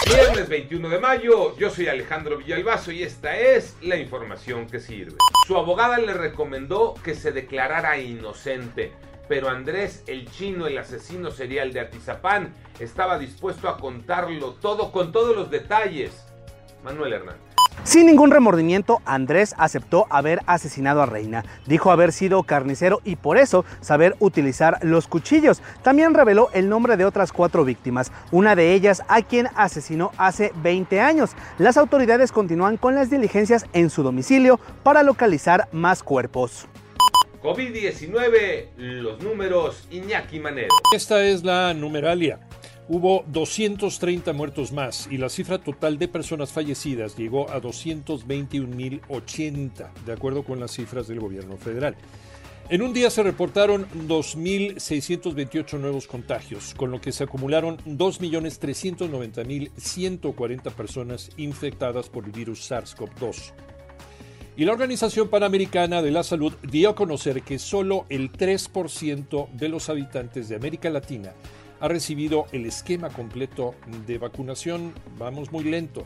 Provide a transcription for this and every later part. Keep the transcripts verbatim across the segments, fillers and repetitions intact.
Viernes veintiuno de mayo, yo soy Alejandro Villalbazo y esta es la información que sirve. Su abogada le recomendó que se declarara inocente, pero Andrés el Chino, el asesino serial de Atizapán, estaba dispuesto a contarlo todo con todos los detalles. Manuel Hernández. Sin ningún remordimiento, Andrés aceptó haber asesinado a Reina. Dijo haber sido carnicero y por eso saber utilizar los cuchillos. También reveló el nombre de otras cuatro víctimas, una de ellas a quien asesinó hace veinte años. Las autoridades continúan con las diligencias en su domicilio para localizar más cuerpos. COVID diecinueve, los números, Iñaki Manero. Esta es la numeralia. Hubo doscientos treinta muertos más y la cifra total de personas fallecidas llegó a doscientos veintiún mil ochenta, de acuerdo con las cifras del gobierno federal. En un día se reportaron dos mil seiscientos veintiocho nuevos contagios, con lo que se acumularon dos millones trescientos noventa mil ciento cuarenta personas infectadas por el virus SARS-CoV dos. Y la Organización Panamericana de la Salud dio a conocer que solo el tres por ciento de los habitantes de América Latina ha recibido el esquema completo de vacunación. Vamos muy lento.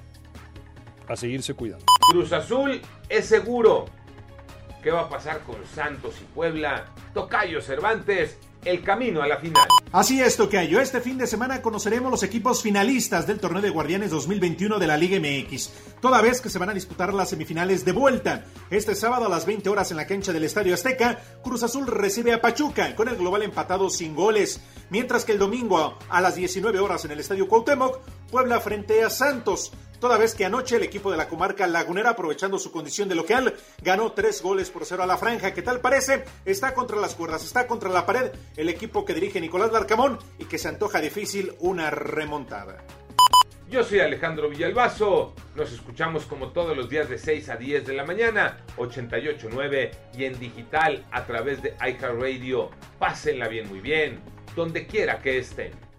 A seguirse cuidando. Cruz Azul es seguro. ¿Qué va a pasar con Santos y Puebla? Tocayo Cervantes, el camino a la final. Así es, Tocayo. Este fin de semana conoceremos los equipos finalistas del Torneo de Guardianes dos mil veintiuno de la Liga M X, toda vez que se van a disputar las semifinales de vuelta. Este sábado a las veinte horas en la cancha del Estadio Azteca, Cruz Azul recibe a Pachuca con el global empatado sin goles, mientras que el domingo a las diecinueve horas en el Estadio Cuauhtémoc, Puebla frente a Santos. Toda vez que anoche el equipo de la comarca lagunera, aprovechando su condición de local, ganó tres goles por cero a la Franja. ¿Qué tal parece? Está contra las cuerdas, está contra la pared el equipo que dirige Nicolás Larcamón y que se antoja difícil una remontada. Yo soy Alejandro Villalbazo. Nos escuchamos como todos los días de seis a diez de la mañana, ochenta y ocho punto nueve y en digital a través de iHeartRadio. Pásenla bien, muy bien, donde quiera que estén.